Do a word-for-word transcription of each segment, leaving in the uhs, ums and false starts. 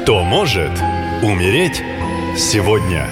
Кто может умереть сегодня?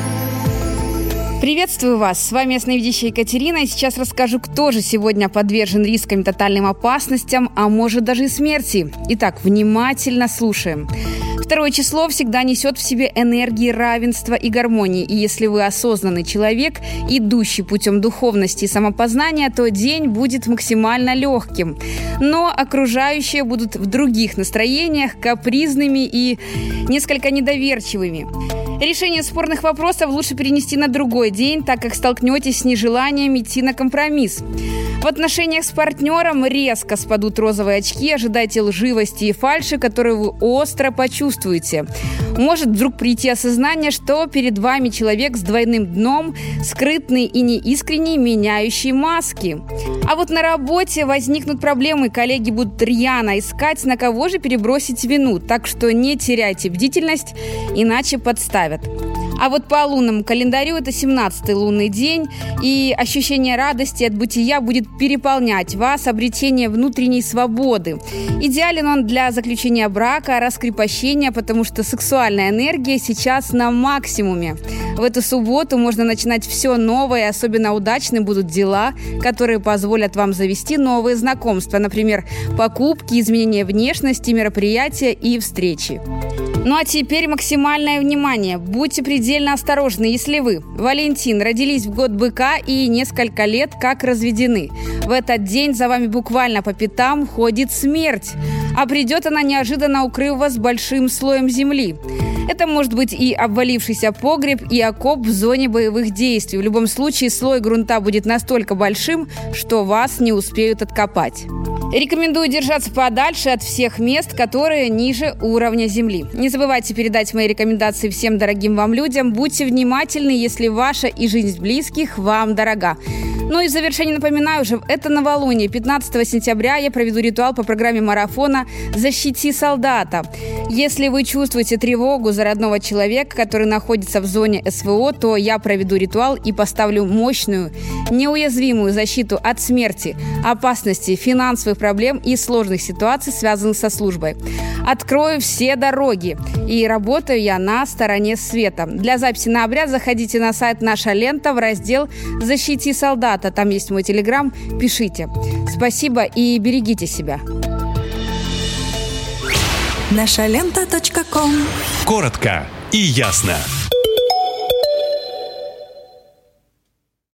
Приветствую вас! С вами ясновидящая Екатерина, и сейчас расскажу, кто же сегодня подвержен рискам и тотальным опасностям, а может даже и смерти. Итак, внимательно слушаем. Второе число всегда несет в себе энергии равенства и гармонии. И если вы осознанный человек, идущий путем духовности и самопознания, то день будет максимально легким. Но окружающие будут в других настроениях, капризными и несколько недоверчивыми. Решение спорных вопросов лучше перенести на другой день, так как столкнетесь с нежеланием идти на компромисс. В отношениях с партнером резко спадут розовые очки, ожидайте лживости и фальши, которые вы остро почувствуете. Может вдруг прийти осознание, что перед вами человек с двойным дном, скрытный и неискренний, меняющий маски. А вот на работе возникнут проблемы, коллеги будут рьяно искать, на кого же перебросить вину, так что не теряйте бдительность, иначе подставят. А вот по лунному календарю это семнадцатый лунный день, и ощущение радости от бытия будет переполнять вас, обретение внутренней свободы. Идеален он для заключения брака, раскрепощения, потому что сексуальная энергия сейчас на максимуме. В эту субботу можно начинать все новое, особенно удачны будут дела, которые позволят вам завести новые знакомства, например, покупки, изменения внешности, мероприятия и встречи. Ну а теперь максимальное внимание. Будьте предельно осторожны, если вы, Валентин, родились в год быка и несколько лет как разведены. В этот день за вами буквально по пятам ходит смерть. А придет она неожиданно, укрыв вас большим слоем земли. Это может быть и обвалившийся погреб, и окоп в зоне боевых действий. В любом случае слой грунта будет настолько большим, что вас не успеют откопать. Рекомендую держаться подальше от всех мест, которые ниже уровня земли. Не забывайте передать мои рекомендации всем дорогим вам людям. Будьте внимательны, если ваша и жизнь близких вам дорога. Ну и в завершение напоминаю уже, это новолуние. пятнадцатого сентября я проведу ритуал по программе марафона «Защити солдата». Если вы чувствуете тревогу за родного человека, который находится в зоне СВО, то я проведу ритуал и поставлю мощную, неуязвимую защиту от смерти, опасности, финансовых проблем и сложных ситуаций, связанных со службой. Открою все дороги, и работаю я на стороне света. Для записи на обряд заходите на сайт «Наша лента» в раздел «Защити солдата». Там есть мой телеграм. Пишите. Спасибо и берегите себя. наша лента точка ком. Коротко и ясно.